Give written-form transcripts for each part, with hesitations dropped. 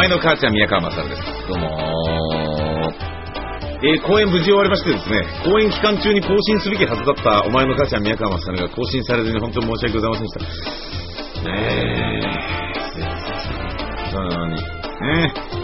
前の母ちゃん宮川勝です。どうも公演無事終わりましてですね、公演期間中に更新すべきはずだったお前の母ちゃん宮川勝が更新されずに本当に申し訳ございませんでした。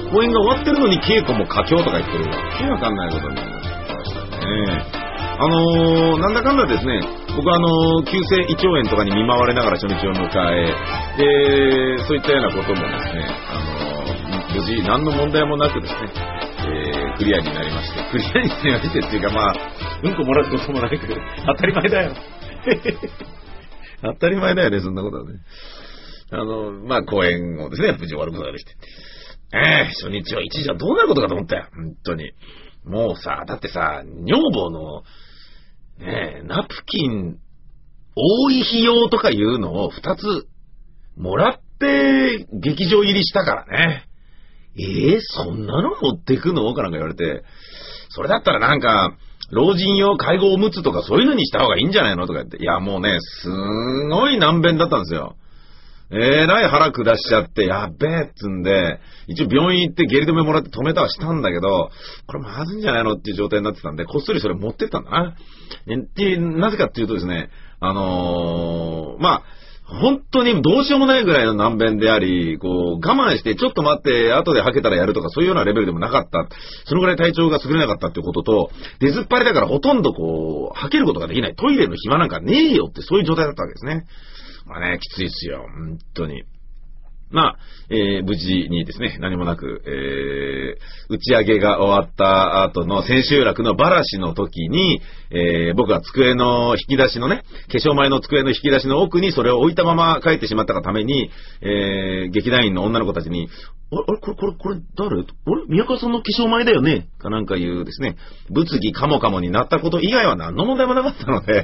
公演が終わってるのに稽古も佳境とか言ってるわけわかんないことになりましたね。なんだかんだですね、僕は急性胃腸炎とかに見舞われながら初日を迎え、でそういったようなこともですね、無事何の問題もなくですね、クリアになりまして、クリアになりましてっていうか、まあうんこもらうこともなく当たり前だよ当たり前だよね、そんなことはね。まあ公演をですね無事終わることができて、初日は一時はどうなることかと思ったよ、本当に。もうさ、だってさ、女房のナプキン多い費用とかいうのを2つもらって劇場入りしたからね。そんなの持ってくのかなんか言われて、それだったらなんか老人用介護おむつとかそういうのにした方がいいんじゃないのとか言って、いやもうね、すごい難弁だったんですよ。らい腹下しちゃって、やっべえっつんで、一応病院行って下痢止めもらって止めたはしたんだけど、これまずいんじゃないのっていう状態になってたんで、こっそりそれ持ってったんだな。なぜかっていうとですね、まあ、本当にどうしようもないぐらいの難弁であり、こう、我慢して、ちょっと待って、後で吐けたらやるとか、そういうようなレベルでもなかった。そのぐらい体調が優れなかったっていうことと、出ずっぱりだからほとんどこう、吐けることができない。トイレの暇なんかねえよって、そういう状態だったわけですね。まあね、きついっすよ、本当に。まあ、無事にですね、何もなく、打ち上げが終わった後の千秋楽のバラシの時に、僕は机の引き出しのね、化粧前の机の引き出しの奥にそれを置いたまま帰ってしまったがために、劇団員の女の子たちに、あれこれ誰？宮川さんの化粧前だよねかなんかいうですね、物議かもかもになったこと以外は何の問題もなかったので、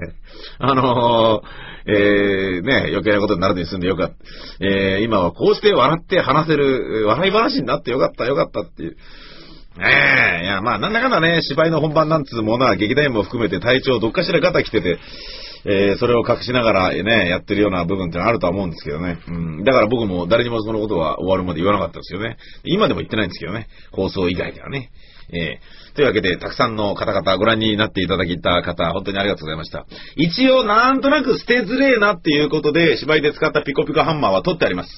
余計なことにならずに済んでよかった。今はこうして笑って話せる、笑い話になってよかったっていう。いや、まあ、なんだかんだね、芝居の本番なんつうものは劇団員も含めて体調どっかしらガタ来てて、それを隠しながらね、やってるような部分ってのあるとは思うんですけどね。だから僕も誰にもそのことは終わるまで言わなかったですよね。今でも言ってないんですけどね。放送以外ではね。というわけで、たくさんの方々ご覧になっていただいた方、本当にありがとうございました。一応、なんとなく捨てづれえなっていうことで、芝居で使ったピコピコハンマーは取ってあります。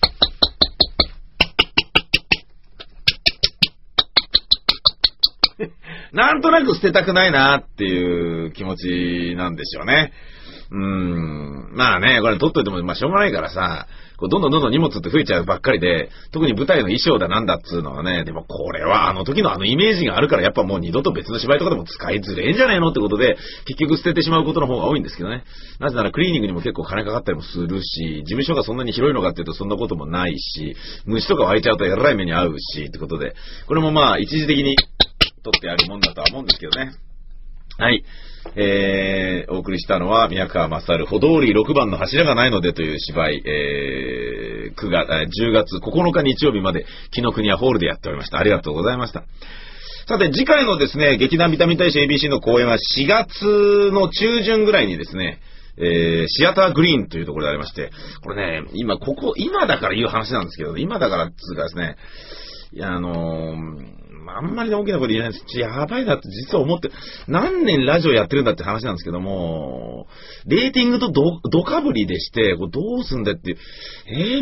なんとなく捨てたくないなっていう気持ちなんでしょうね。まあね、これ取っといても、まあしょうがないからさ、こうどんどん荷物って増えちゃうばっかりで、特に舞台の衣装だなんだっつうのはね、でもこれはあの時のあのイメージがあるからやっぱもう二度と別の芝居とかでも使いづれえんじゃねえのってことで、結局捨ててしまうことの方が多いんですけどね。なぜならクリーニングにも結構金かかったりもするし、事務所がそんなに広いのかっていうとそんなこともないし、虫とか湧いちゃうとえらい目に遭うし、ってことで、これもまあ一時的に取ってあるもんだとは思うんですけどね。はい。お送りしたのは宮川勝、歩通り6番の柱がないのでという芝居、10月9日日曜日まで紀ノ国屋ホールでやっておりました。ありがとうございました。さて次回のですね、劇団ビタミン大使 ABC の公演は4月の中旬ぐらいにですね、シアターグリーンというところでありまして、これね、今だから言う話なんですけど、今だからつうかですね、いやあんまり大きなこと言えないですし、やばいなって実は思って、何年ラジオやってるんだって話なんですけども、レーティングとドカぶりでして、これどうすんだっていう、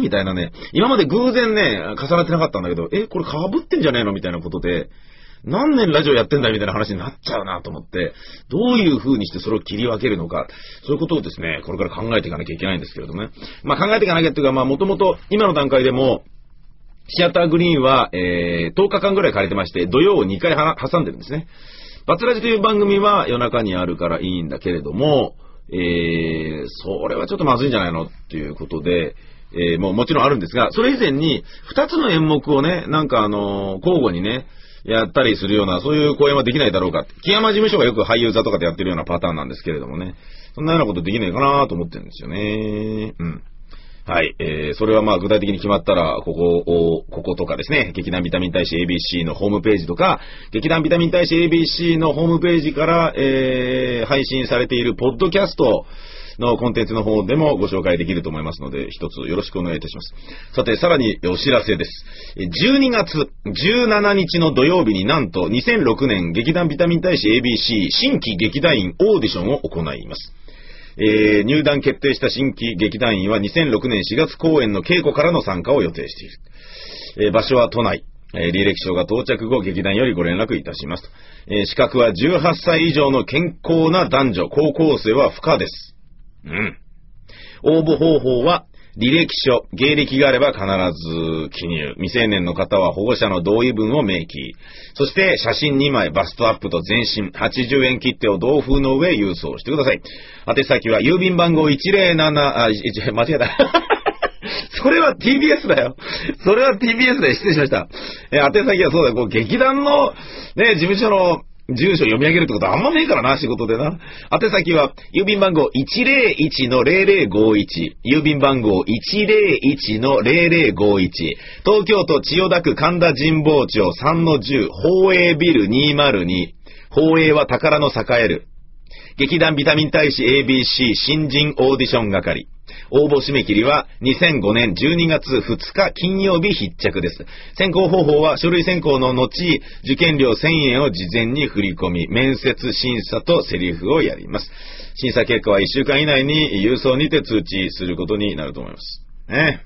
みたいなね、今まで偶然ね、重なってなかったんだけど、これ被ってんじゃねえのみたいなことで、何年ラジオやってんだみたいな話になっちゃうなと思って、どういう風にしてそれを切り分けるのか、そういうことをですね、これから考えていかなきゃいけないんですけれどね。まあ考えていかなきゃっていうか、まあもともと今の段階でも、シアターグリーンは、10日間ぐらい借りてまして、土曜を2回挟んでるんですね。バツラジという番組は夜中にあるからいいんだけれども、それはちょっとまずいんじゃないのっていうことで、もちろんあるんですが、それ以前に2つの演目をね、なんか交互にね、やったりするような、そういう公演はできないだろうか。木山事務所がよく俳優座とかでやってるようなパターンなんですけれどもね、そんなようなことできないかなと思ってるんですよね。はい。それはまあ具体的に決まったら、こことかですね、劇団ビタミン大使 ABC のホームページとか、劇団ビタミン大使 ABC のホームページから、配信されているポッドキャストのコンテンツの方でもご紹介できると思いますので、一つよろしくお願いいたします。さて、さらにお知らせです。12月17日の土曜日になんと2006年劇団ビタミン大使 ABC 新規劇団員オーディションを行います。入団決定した新規劇団員は2006年4月公演の稽古からの参加を予定している。場所は都内。履歴書が到着後、劇団よりご連絡いたしますと。資格は18歳以上の健康な男女、高校生は不可です。応募方法は、履歴書、芸歴があれば必ず記入。未成年の方は保護者の同意文を明記。そして写真2枚、バストアップと全身、80円切手を同封の上郵送してください。宛先は郵便番号107、間違えた。それは TBS だよ。それは TBS で失礼しました。宛先はそうだよ。劇団のね、事務所の住所を読み上げるってことはあんまねえからな、仕事でな。宛先は、郵便番号 101-0051。郵便番号 101-0051。東京都千代田区神田神保町3-10、宝永ビル202。宝永は宝の栄える。劇団ビタミン大使 ABC 新人オーディション係。応募締め切りは2005年12月2日金曜日必着です。選考方法は書類選考の後、受験料1000円を事前に振り込み、面接審査とセリフをやります。審査結果は1週間以内に郵送にて通知することになると思います。ね。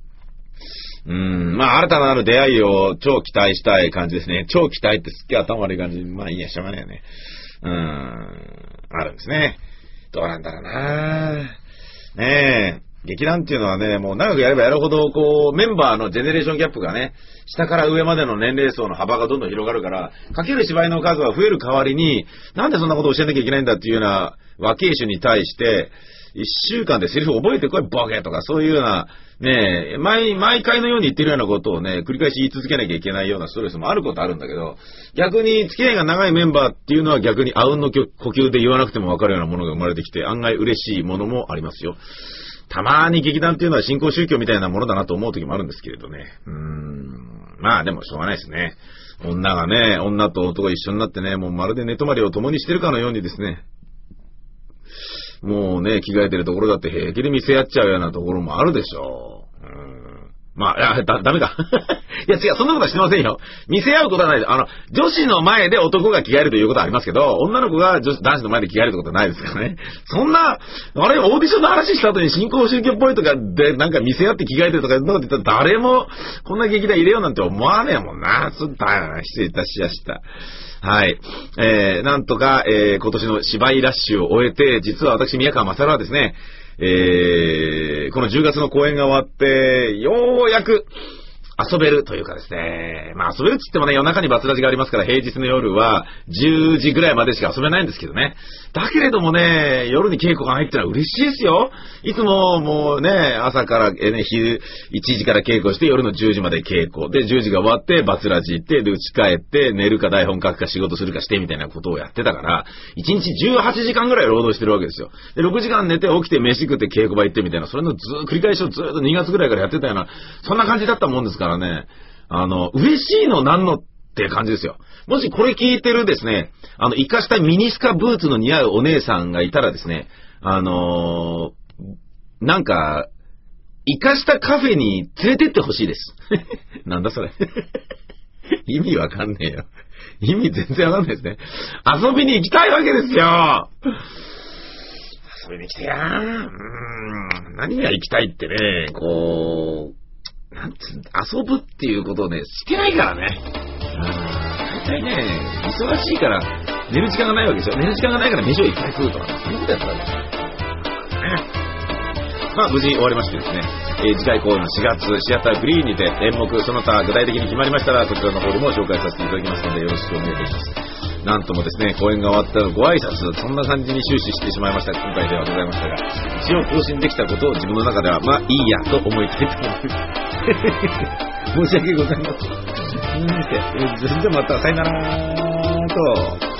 まあ新たなる出会いを超期待したい感じですね。超期待ってすっげえ頭悪い感じ。まあいいや、しょうがないよね。あるんですね。どうなんだろうなねえ、劇団っていうのはね、もう長くやればやるほど、メンバーのジェネレーションギャップがね、下から上までの年齢層の幅がどんどん広がるから、かける芝居の数が増える代わりに、なんでそんなことを教えなきゃいけないんだっていうような和慶種に対して、一週間でセリフ覚えてこい、ボケとか、そういうような、ねえ、毎回のように言ってるようなことをね、繰り返し言い続けなきゃいけないようなストレスもあることあるんだけど、逆に付き合いが長いメンバーっていうのは逆にあうんの呼吸で言わなくても分かるようなものが生まれてきて、案外嬉しいものもありますよ。たまに劇団っていうのは新興宗教みたいなものだなと思う時もあるんですけれどね。まあでもしょうがないですね。女がね、女と男が一緒になってね、もうまるで寝泊まりを共にしてるかのようにですね、もうね、着替えてるところだって平気で見せ合っちゃうようなところもあるでしょう。まあ、ダメだ。いや違う、そんなことはしてませんよ。見せ合うことはないです。女子の前で男が着替えるということはありますけど、女の子が男子の前で着替えるってことはないですからね。そんな、あれ、オーディションの話した後に新興宗教っぽいとかで、なんか見せ合って着替えてるとか、そんなこと言ったら誰も、こんな劇団入れようなんて思わねえもんな。失礼いたしました。はい。なんとか、今年の芝居ラッシュを終えて、実は私、宮川勝はですね、この10月の公演が終わって、ようやく遊べるというかですね、まあ遊べるって言ってもね、夜中にバツラジがありますから、平日の夜は10時ぐらいまでしか遊べないんですけどね。だけれどもね、夜に稽古が入ったら嬉しいですよ。いつももうね、朝から昼1時から稽古して夜の10時まで稽古。で、10時が終わってバツラジ行って、で、家帰って寝るか台本書くか仕事するかしてみたいなことをやってたから、1日18時間ぐらい労働してるわけですよ。で、6時間寝て起きて飯食って稽古場行ってみたいな、それの繰り返しをずっと2月ぐらいからやってたような、そんな感じだったもんですからね。嬉しいのなんのって感じですよ。もしこれ聞いてるですね、生かしたミニスカブーツの似合うお姉さんがいたらですね、なんか、生かしたカフェに連れてってほしいです。なんだそれ。意味わかんねえよ。意味全然わかんないですね。遊びに行きたいわけですよ。遊びに来てや何が行きたいってね、遊ぶっていうことをね、してないからね。大体ね、忙しいから寝る時間がないわけですよ。寝る時間がないから飯をいっぱい食うとか、そういうことやったわけですよ。まあ無事終わりましてですね、次回公演の4月、シアターグリーンにて演目その他具体的に決まりましたら、こちらの方でも紹介させていただきますのでよろしくお願いいたします。なんともですね、公演が終わったらご挨拶、そんな感じに終始してしまいました今回ではございましたが、一応更新できたことを自分の中ではまあいいやと思いたいと思います。申し訳ございません。それではまたさよならと。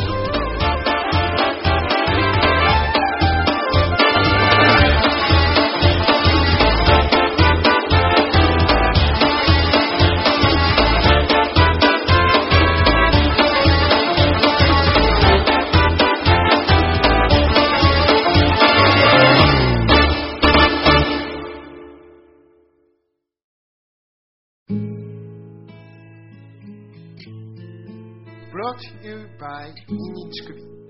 brought to you by ミニチクビ。